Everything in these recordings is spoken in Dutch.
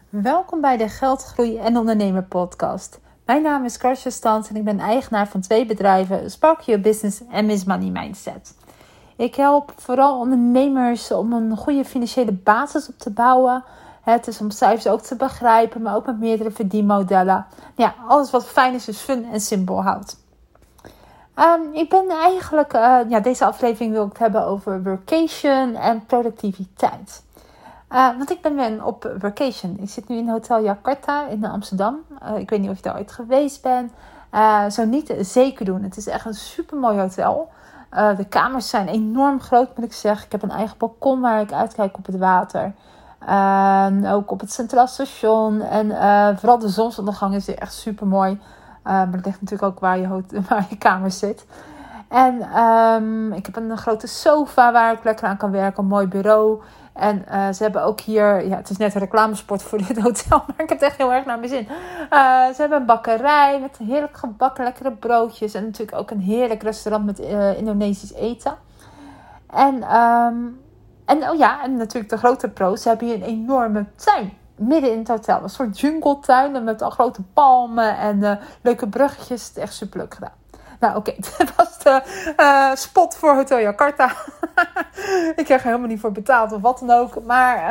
Welkom bij de Geldgroei en Ondernemer podcast. Mijn naam is Karsja Stans en ik ben eigenaar van 2 bedrijven, Spark Your Business en Miss Money Mindset. Ik help vooral ondernemers om een goede financiële basis op te bouwen. Het is om cijfers ook te begrijpen, maar ook met meerdere verdienmodellen. Ja, alles wat fijn is, dus fun en simpel houdt. Ik ben eigenlijk, deze aflevering wil ik het hebben over workation en productiviteit. Want ik ben op vacation. Ik zit nu in Hotel Jakarta in Amsterdam. Ik weet niet of je daar ooit geweest bent. Zo niet, zeker doen. Het is echt een supermooi hotel. De kamers zijn enorm groot, moet ik zeggen. Ik heb een eigen balkon waar ik uitkijk op het water. Ook op het Centraal Station. En vooral de zonsondergang is echt supermooi. Maar dat ligt natuurlijk ook waar je kamer zit. En ik heb een grote sofa waar ik lekker aan kan werken. Een mooi bureau. En ze hebben ook hier, het is net een reclamespot voor dit hotel, maar ik heb het echt heel erg naar mijn zin. Ze hebben een bakkerij met heerlijk gebakken, lekkere broodjes. En natuurlijk ook een heerlijk restaurant met Indonesisch eten. En natuurlijk de grote pro's. Ze hebben hier een enorme tuin midden in het hotel. Een soort jungle tuin met al grote palmen en leuke bruggetjes. Het is echt super leuk gedaan. Nou oké, dat was de spot voor Hotel Jakarta. Ik krijg er helemaal niet voor betaald of wat dan ook. Maar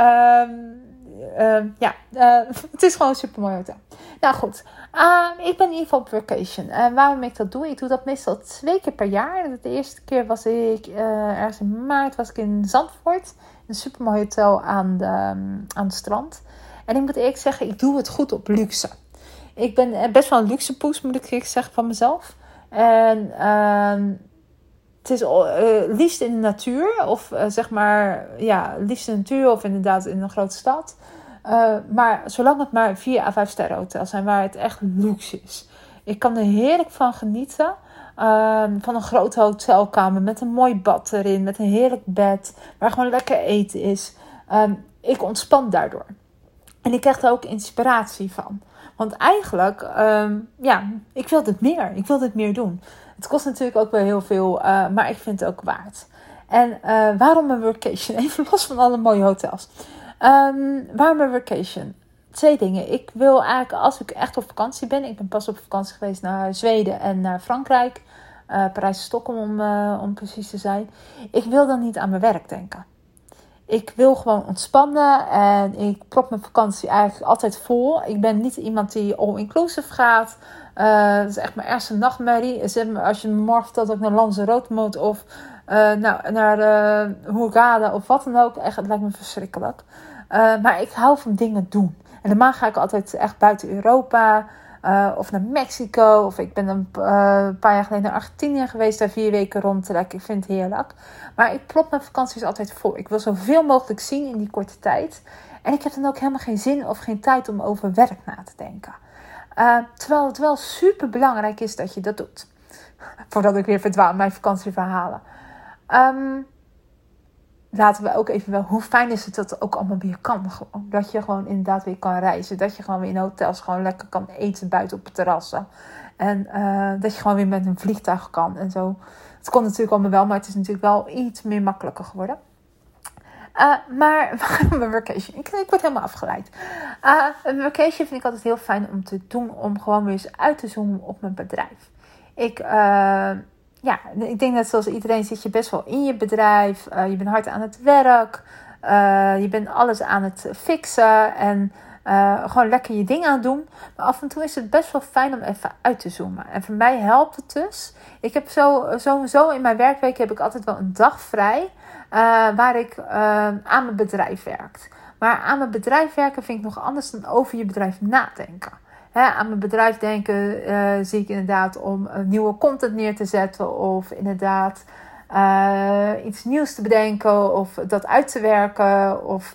het is gewoon een supermooi hotel. Nou goed, ik ben in ieder geval op vacation. En waarom ik dat doe? Ik doe dat meestal 2 keer per jaar. De eerste keer was ik ergens in maart was ik in Zandvoort. Een supermooi hotel aan het strand. En ik moet eerlijk zeggen, ik doe het goed op luxe. Ik ben best wel een luxe poes, moet ik zeggen, van mezelf. En het is liefst in de natuur. Of liefst in de natuur of inderdaad in een grote stad. Maar zolang het maar 4 à 5 sterren hotels zijn waar het echt luxe is. Ik kan er heerlijk van genieten. Van een grote hotelkamer met een mooi bad erin. Met een heerlijk bed. Waar gewoon lekker eten is. Ik ontspan daardoor. En ik krijg er ook inspiratie van. Want eigenlijk, ik wil dit meer. Ik wil dit meer doen. Het kost natuurlijk ook wel heel veel, maar ik vind het ook waard. En waarom een workation? Even los van alle mooie hotels. Waarom een workation? 2 dingen. Ik wil eigenlijk, als ik echt op vakantie ben. Ik ben pas op vakantie geweest naar Zweden en naar Frankrijk. Parijs en Stockholm om precies te zijn. Ik wil dan niet aan mijn werk denken. Ik wil gewoon ontspannen en ik prop mijn vakantie eigenlijk altijd vol. Ik ben niet iemand die all-inclusive gaat. Dat is echt mijn eerste nachtmerrie. Als je me morgen vertelt dat ik naar Lanzarote moet of naar Hurghada of wat dan ook. Echt, het lijkt me verschrikkelijk. Maar ik hou van dingen doen. En normaal ga ik altijd echt buiten Europa of naar Mexico. Of ik ben een paar jaar geleden naar Argentinië geweest. Daar 4 weken rond te trekken. Ik vind het heerlijk. Maar ik plop mijn vakanties altijd vol. Ik wil zoveel mogelijk zien in die korte tijd. En ik heb dan ook helemaal geen zin of geen tijd om over werk na te denken. Terwijl het wel super belangrijk is dat je dat doet. Voordat ik weer verdwaal mijn vakantieverhalen. Laten we ook even wel, hoe fijn is het dat het ook allemaal weer kan. Gewoon. Dat je gewoon inderdaad weer kan reizen. Dat je gewoon weer in hotels gewoon lekker kan eten buiten op het terrassen. En dat je gewoon weer met een vliegtuig kan en zo. Het kon natuurlijk allemaal wel, maar het is natuurlijk wel iets meer makkelijker geworden. Maar mijn vacation. Ik word helemaal afgeleid. Een vacation vind ik altijd heel fijn om te doen. Om gewoon weer eens uit te zoomen op mijn bedrijf. Ik denk dat zoals iedereen zit je best wel in je bedrijf. Je bent hard aan het werk. Je bent alles aan het fixen. En gewoon lekker je ding aan het doen. Maar af en toe is het best wel fijn om even uit te zoomen. En voor mij helpt het dus. Ik heb sowieso in mijn werkweek heb ik altijd wel een dag vrij. Waar ik aan mijn bedrijf werk. Maar aan mijn bedrijf werken vind ik nog anders dan over je bedrijf nadenken. Aan mijn bedrijf denken zie ik inderdaad om nieuwe content neer te zetten. Of inderdaad iets nieuws te bedenken. Of dat uit te werken. Of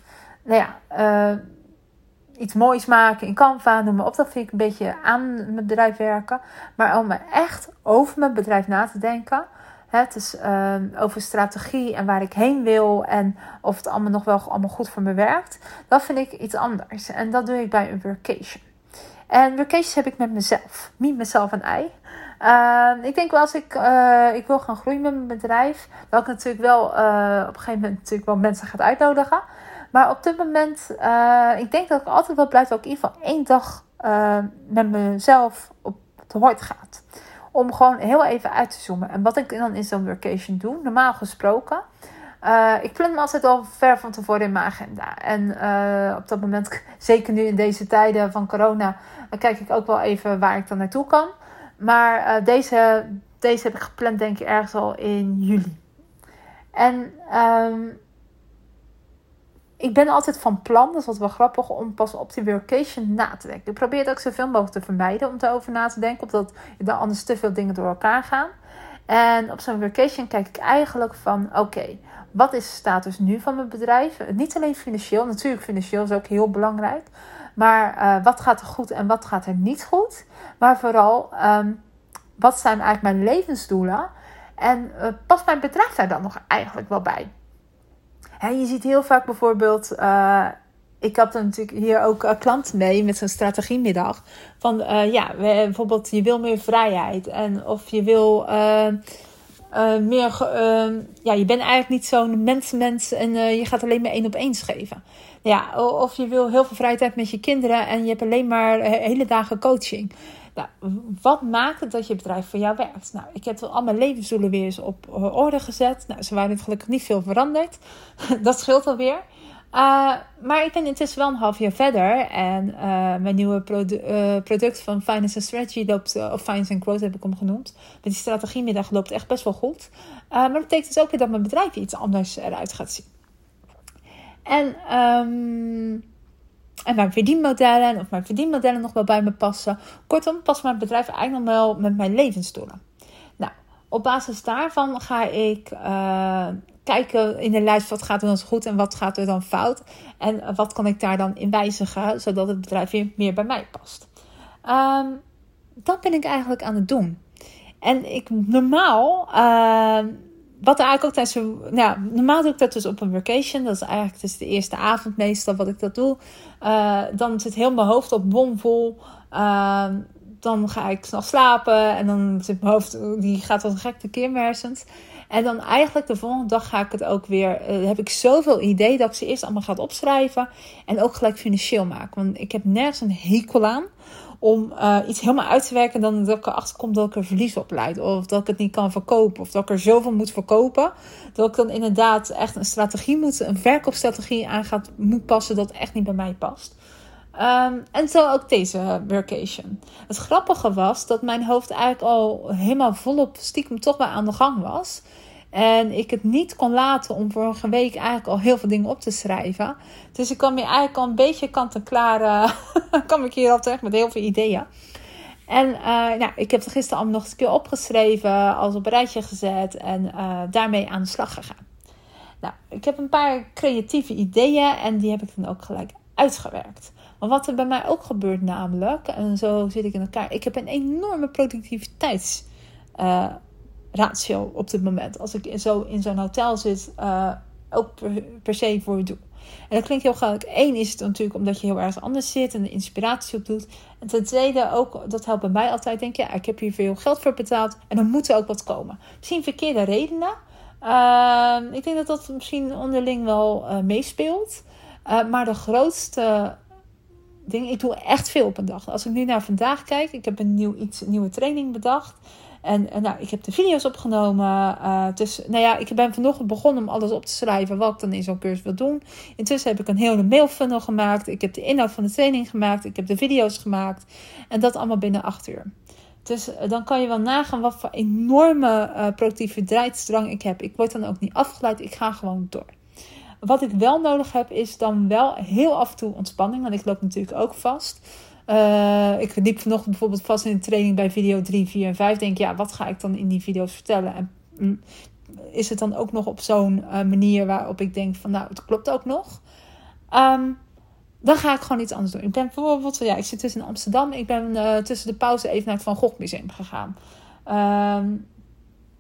iets moois maken in Canva. Noem maar op. Dat vind ik een beetje aan mijn bedrijf werken. Maar om echt over mijn bedrijf na te denken. Het is over strategie en waar ik heen wil. En of het allemaal nog wel allemaal goed voor me werkt. Dat vind ik iets anders. En dat doe ik bij een workation. En workations heb ik met mezelf. Me, mezelf en I. Ik denk wel als ik wil gaan groeien met mijn bedrijf. Dat ik natuurlijk wel op een gegeven moment natuurlijk wel mensen gaat uitnodigen. Maar op dit moment, ik denk dat ik altijd wel blijf dat ik in ieder geval 1 dag met mezelf op de hort ga. Om gewoon heel even uit te zoomen. En wat ik dan in zo'n workation doe, normaal gesproken. Ik plan me altijd al ver van tevoren in mijn agenda. En op dat moment, zeker nu in deze tijden van corona, dan kijk ik ook wel even waar ik dan naartoe kan. Maar deze heb ik gepland denk ik ergens al in juli. En ik ben altijd van plan, dat is wat wel grappig, om pas op die workation na te denken. Ik probeer het ook zoveel mogelijk te vermijden om erover na te denken. Omdat dan anders te veel dingen door elkaar gaan. En op zo'n workation kijk ik eigenlijk van, oké, wat is de status nu van mijn bedrijf? Niet alleen financieel, natuurlijk financieel is ook heel belangrijk. Maar wat gaat er goed en wat gaat er niet goed? Maar vooral, wat zijn eigenlijk mijn levensdoelen? En past mijn bedrijf daar dan nog eigenlijk wel bij? Je ziet heel vaak bijvoorbeeld, ik had er natuurlijk hier ook klanten mee met zo'n strategiemiddag. Van bijvoorbeeld je wil meer vrijheid. En of je wil je bent eigenlijk niet zo'n mens en je gaat alleen maar 1-op-1 geven. Ja, of je wil heel veel vrije tijd met je kinderen en je hebt alleen maar hele dagen coaching. Nou, wat maakt het dat je bedrijf voor jou werkt? Nou, ik heb al mijn levensdoelen weer eens op orde gezet. Nou, ze waren gelukkig niet veel veranderd. Dat scheelt alweer. Maar ik ben intussen wel een half jaar verder. En mijn nieuwe product van Finance and Strategy loopt, of Finance and Growth heb ik hem genoemd. Met die strategiemiddag loopt echt best wel goed. Maar dat betekent dus ook weer dat mijn bedrijf iets anders eruit gaat zien. En mijn verdienmodellen of mijn verdienmodellen nog wel bij me passen. Kortom, past mijn bedrijf eigenlijk nog wel met mijn levensdoelen. Nou, op basis daarvan ga ik kijken in de lijst wat gaat er dan goed en wat gaat er dan fout. En wat kan ik daar dan in wijzigen, zodat het bedrijf weer meer bij mij past. Dat ben ik eigenlijk aan het doen. En normaal... Wat eigenlijk ook tijdens... normaal doe ik dat dus op een vacation. Dat is eigenlijk dus de eerste avond meestal wat ik dat doe. Dan zit heel mijn hoofd op bomvol. Dan ga ik snel slapen. En dan zit mijn hoofd... Die gaat als een gek tekeer mersend. En dan eigenlijk de volgende dag ga ik het ook weer... heb ik zoveel ideeën dat ik ze eerst allemaal ga opschrijven. En ook gelijk financieel maken. Want ik heb nergens een hekel aan om iets helemaal uit te werken. Dan dat ik erachter kom dat ik er verlies op leid. Of dat ik het niet kan verkopen. Of dat ik er zoveel moet verkopen. Dat ik dan inderdaad echt een verkoopstrategie moet passen dat echt niet bij mij past. En zo ook deze workation. Het grappige was dat mijn hoofd eigenlijk al helemaal volop stiekem toch wel aan de gang was. En ik het niet kon laten om vorige week eigenlijk al heel veel dingen op te schrijven. Dus ik kwam hier eigenlijk al een beetje kant en klaar. Kwam ik hier al terecht met heel veel ideeën. En ik heb het gisteren allemaal nog eens een keer opgeschreven. Als op een rijtje gezet. En daarmee aan de slag gegaan. Nou, ik heb een paar creatieve ideeën. En die heb ik dan ook gelijk uitgewerkt. Maar wat er bij mij ook gebeurt namelijk. En zo zit ik in elkaar. Ik heb een enorme productiviteitsratio op dit moment. Als ik in zo'n hotel zit, ook per se voor doe. En dat klinkt heel gelijk. 1 is het natuurlijk omdat je heel erg anders zit en de inspiratie op doet. En ten tweede ook, dat helpt bij mij altijd. Denk je, ik heb hier veel geld voor betaald en dan moet er ook wat komen. Misschien verkeerde redenen. Ik denk dat dat misschien onderling wel meespeelt. Maar de grootste ding, ik doe echt veel op een dag. Als ik nu naar vandaag kijk, ik heb een nieuwe training bedacht. En ik heb de video's opgenomen. Ik ben vanochtend begonnen om alles op te schrijven wat ik dan in zo'n cursus wil doen. Intussen heb ik een hele mailfunnel gemaakt. Ik heb de inhoud van de training gemaakt. Ik heb de video's gemaakt. En dat allemaal binnen 8 uur. Dus dan kan je wel nagaan wat voor enorme productiviteitsdrang ik heb. Ik word dan ook niet afgeleid. Ik ga gewoon door. Wat ik wel nodig heb is dan wel heel af en toe ontspanning. Want ik loop natuurlijk ook vast. Ik liep vanochtend bijvoorbeeld vast in de training bij video 3, 4 en 5. Denk wat ga ik dan in die video's vertellen? En is het dan ook nog op zo'n manier waarop ik denk van het klopt ook nog? Dan ga ik gewoon iets anders doen. Ik ben bijvoorbeeld, ik zit tussen Amsterdam. Ik ben tussen de pauze even naar het Van Gogh Museum gegaan.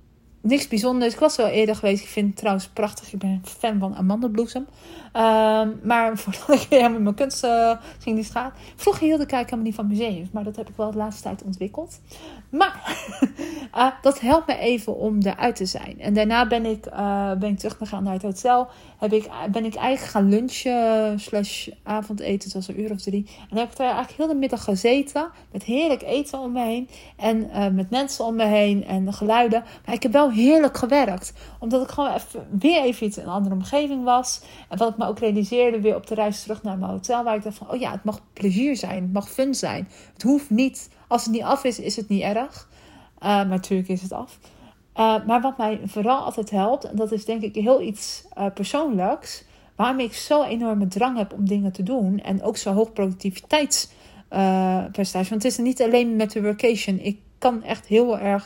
niks bijzonders. Ik was wel eerder geweest. Ik vind het trouwens prachtig. Ik ben een fan van amandelbloesem. Maar voordat ik weer met mijn kunst ging die straat. Vroeger hield ik eigenlijk helemaal niet van museums. Maar dat heb ik wel de laatste tijd ontwikkeld. Maar dat helpt me even om eruit te zijn. En daarna ben ik teruggegaan naar het hotel. Ben ik eigenlijk gaan lunchen / avondeten. Het was 1:00 of 3:00. En dan heb ik daar eigenlijk heel de middag gezeten. Met heerlijk eten om me heen. En met mensen om me heen. En de geluiden. Maar ik heb wel heerlijk gewerkt. Omdat ik gewoon weer even iets in een andere omgeving was. En wat ik me ook realiseerde weer op de reis terug naar mijn hotel. Waar ik dacht van, oh ja, het mag plezier zijn. Het mag fun zijn. Het hoeft niet. Als het niet af is, is het niet erg. Maar natuurlijk is het af. Maar wat mij vooral altijd helpt. En dat is denk ik heel iets persoonlijks. Waarom ik zo'n enorme drang heb om dingen te doen. En ook zo'n hoog productiviteitspercentage. Want het is niet alleen met de workation. Ik kan echt heel erg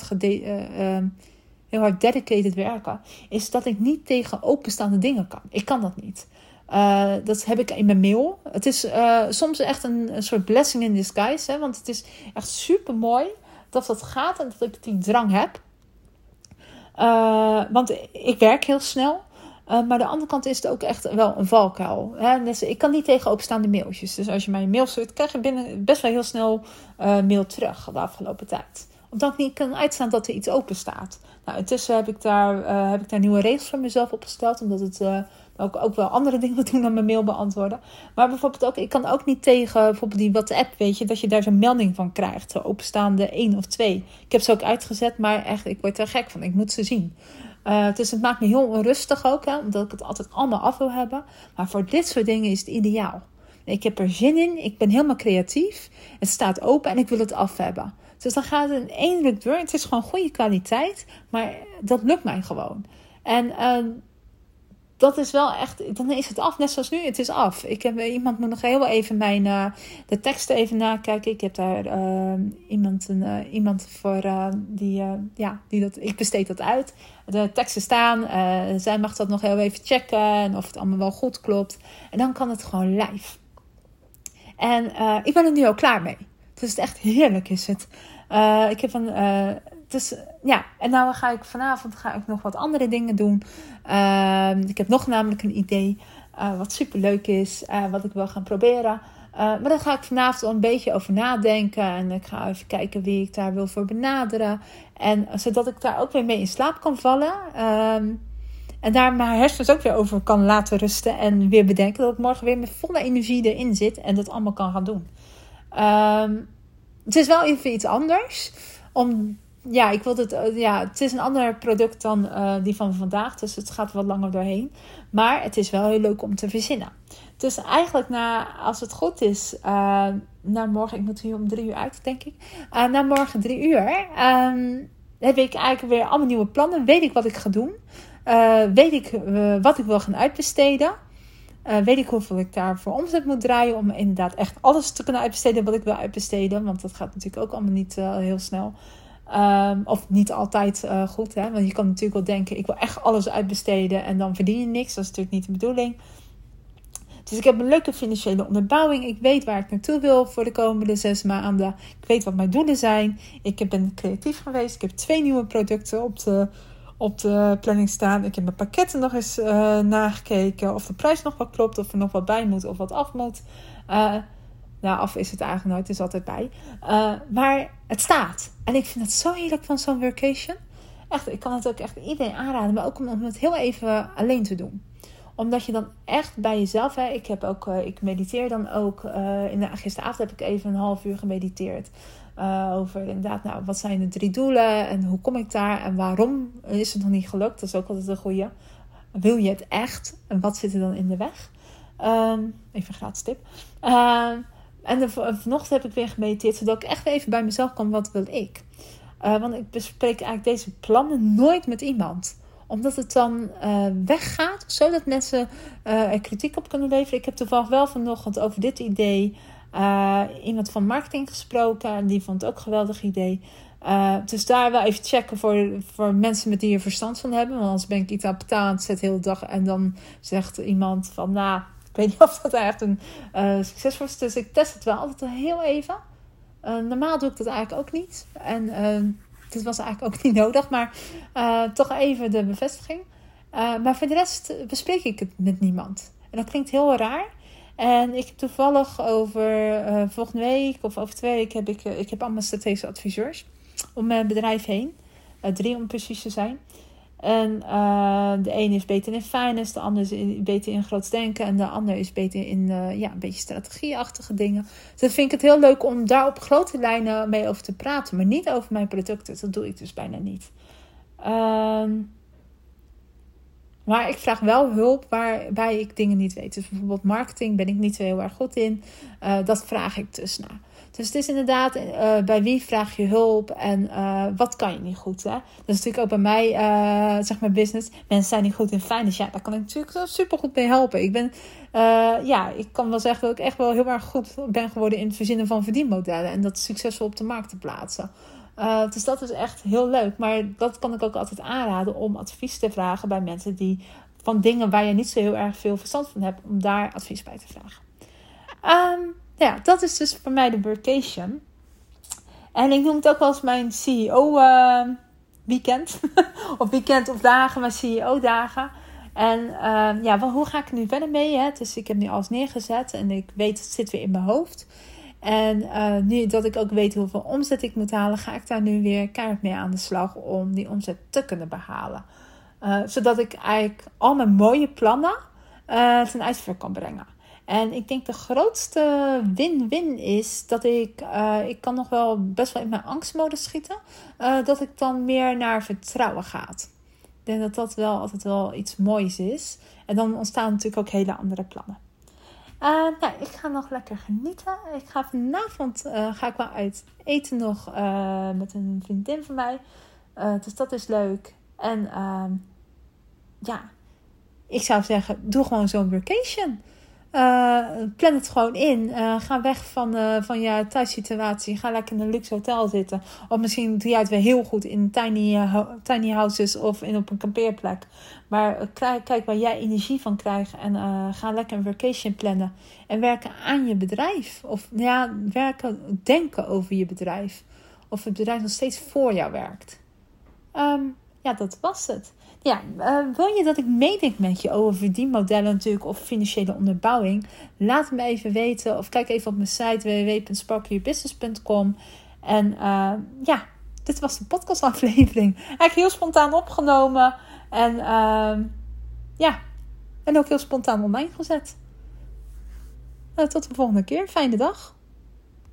heel hard dedicated werken. Is dat ik niet tegen openstaande dingen kan. Ik kan dat niet. Dat heb ik in mijn mail. Het is soms echt een soort blessing in disguise. Hè, want het is echt super mooi dat gaat en dat ik die drang heb. Want ik werk heel snel. Maar aan de andere kant is het ook echt wel een valkuil. Hè? Dus ik kan niet tegen openstaande mailtjes. Dus als je mij een mail stuurt, krijg je binnen best wel heel snel mail terug de afgelopen tijd. Omdat ik niet kan uitstaan dat er iets open staat. Nou, intussen heb ik daar nieuwe regels voor mezelf opgesteld. Omdat het ook wel andere dingen doen dan mijn mail beantwoorden. Maar bijvoorbeeld ook, ik kan ook niet tegen bijvoorbeeld die WhatsApp, weet je, dat je daar zo'n melding van krijgt. Zo openstaande 1 of 2. Ik heb ze ook uitgezet, maar echt, ik word er gek van. Ik moet ze zien. Dus het maakt me heel onrustig ook, hè, omdat ik het altijd allemaal af wil hebben. Maar voor dit soort dingen is het ideaal. Ik heb er zin in, ik ben helemaal creatief. Het staat open en ik wil het af hebben. Dus dan gaat het in één ruk door. Het is gewoon goede kwaliteit, maar dat lukt mij gewoon. En dat is wel echt, dan is het af, net zoals nu, het is af. Iemand moet nog heel even de teksten even nakijken. Ik heb daar iemand voor ik besteed dat uit. De teksten staan, zij mag dat nog heel even checken en of het allemaal wel goed klopt. En dan kan het gewoon live. En ik ben er nu al klaar mee. Dus het echt heerlijk is het. En nou vanavond ga ik nog wat andere dingen doen. Ik heb nog namelijk een idee wat superleuk is, wat ik wil gaan proberen. Maar daar ga ik vanavond al een beetje over nadenken. En ik ga even kijken wie ik daar wil voor benaderen. En zodat ik daar ook weer mee in slaap kan vallen. En daar mijn hersens ook weer over kan laten rusten. En weer bedenken dat ik morgen weer met volle energie erin zit. En dat allemaal kan gaan doen. Het is wel even iets anders. Het is een ander product dan die van vandaag. Dus het gaat wat langer doorheen. Maar het is wel heel leuk om te verzinnen. Dus eigenlijk als het goed is, na morgen, ik moet hier om 3:00 uit, denk ik. Na morgen 3:00 heb ik eigenlijk weer allemaal nieuwe plannen. Weet ik wat ik ga doen. Weet ik wat ik wil gaan uitbesteden. Weet ik hoeveel ik daarvoor omzet moet draaien. Om inderdaad echt alles te kunnen uitbesteden wat ik wil uitbesteden. Want dat gaat natuurlijk ook allemaal niet heel snel. Of niet altijd goed. Hè? Want je kan natuurlijk wel denken, ik wil echt alles uitbesteden. En dan verdien je niks. Dat is natuurlijk niet de bedoeling. Dus ik heb een leuke financiële onderbouwing. Ik weet waar ik naartoe wil voor de komende 6 maanden. Ik weet wat mijn doelen zijn. Ik ben creatief geweest. Ik heb 2 nieuwe producten op de planning staan. Ik heb mijn pakketten nog eens nagekeken. Of de prijs nog wat klopt. Of er nog wat bij moet of wat af moet. Af is het eigenlijk nooit. Het is altijd bij. Maar het staat. En ik vind het zo heerlijk van zo'n workation. Echt, ik kan het ook echt iedereen aanraden. Maar ook om het heel even alleen te doen. Omdat je dan echt bij jezelf... Ik mediteer dan ook. Gisteravond heb ik even een half uur gemediteerd. Over inderdaad, wat zijn de 3 doelen? En hoe kom ik daar? En waarom is het nog niet gelukt? Dat is ook altijd een goeie. Wil je het echt? En wat zit er dan in de weg? Even een gratis tip. En vanochtend heb ik weer gemediteerd. Zodat ik echt even bij mezelf kan. Wat wil ik? Want ik bespreek eigenlijk deze plannen nooit met iemand. Omdat het dan weggaat. Zodat mensen er kritiek op kunnen leveren. Ik heb toevallig wel vanochtend over dit idee... iemand van marketing gesproken. En die vond het ook een geweldig idee. Dus daar wel even checken voor mensen met die er verstand van hebben. Want anders ben ik iets aan het aan het zetten de hele dag. En dan zegt iemand van... ik weet niet of dat echt een succes was. Dus ik test het wel altijd heel even. Normaal doe ik dat eigenlijk ook niet. En dit was eigenlijk ook niet nodig, maar toch even de bevestiging. Maar voor de rest bespreek ik het met niemand. En dat klinkt heel raar. En ik heb toevallig over volgende week of over 2 weken ik heb allemaal strategische adviseurs om mijn bedrijf heen. 3 om precies te zijn. En de ene is beter in finance, de andere is beter in groots denken en de ander is beter in een beetje strategieachtige dingen. Dus dan vind ik het heel leuk om daar op grote lijnen mee over te praten, maar niet over mijn producten. Dat doe ik dus bijna niet. Maar ik vraag wel hulp waarbij ik dingen niet weet. Dus bijvoorbeeld marketing ben ik niet zo heel erg goed in. Dat vraag ik dus naar. Dus het is inderdaad, bij wie vraag je hulp en wat kan je niet goed. Hè? Dat is natuurlijk ook bij mij, zeg maar business. Mensen zijn niet goed in finance. Ja, daar kan ik natuurlijk super goed mee helpen. Ik kan wel zeggen dat ik echt wel heel erg goed ben geworden in het verzinnen van verdienmodellen. En dat succesvol op de markt te plaatsen. Dus dat is echt heel leuk. Maar dat kan ik ook altijd aanraden om advies te vragen bij mensen die van dingen waar je niet zo heel erg veel verstand van hebt, om daar advies bij te vragen. Dat is dus voor mij de workation. En ik noem het ook wel eens mijn CEO weekend. Of weekend of dagen, mijn CEO dagen. En hoe ga ik er nu verder mee? Hè? Dus ik heb nu alles neergezet en ik weet, het zit weer in mijn hoofd. En nu dat ik ook weet hoeveel omzet ik moet halen, ga ik daar nu weer keihard mee aan de slag om die omzet te kunnen behalen. Zodat ik eigenlijk al mijn mooie plannen ten uitvoer kan brengen. En ik denk de grootste win-win is dat ik kan nog wel best wel in mijn angstmodus schieten. Dat ik dan meer naar vertrouwen ga. Ik denk dat dat wel altijd wel iets moois is. En dan ontstaan natuurlijk ook hele andere plannen. Ik ga nog lekker genieten. Ik ga vanavond ga ik wel uit eten nog met een vriendin van mij. Dus dat is leuk. En ik zou zeggen, doe gewoon zo'n vacation. Plan het gewoon in. Ga weg van je thuissituatie. Ga lekker in een luxe hotel zitten. Of misschien doe jij het weer heel goed in tiny houses of op een kampeerplek. Maar kijk waar jij energie van krijgt. En ga lekker een vacation plannen. En werken aan je bedrijf. Of denken over je bedrijf. Of het bedrijf nog steeds voor jou werkt. Dat was het. Ja, wil je dat ik meedenk met je over verdienmodellen natuurlijk of financiële onderbouwing? Laat het me even weten of kijk even op mijn site www.sparkyourbusiness.com. En dit was de podcastaflevering. Eigenlijk heel spontaan opgenomen en en ook heel spontaan online gezet. Tot de volgende keer. Fijne dag.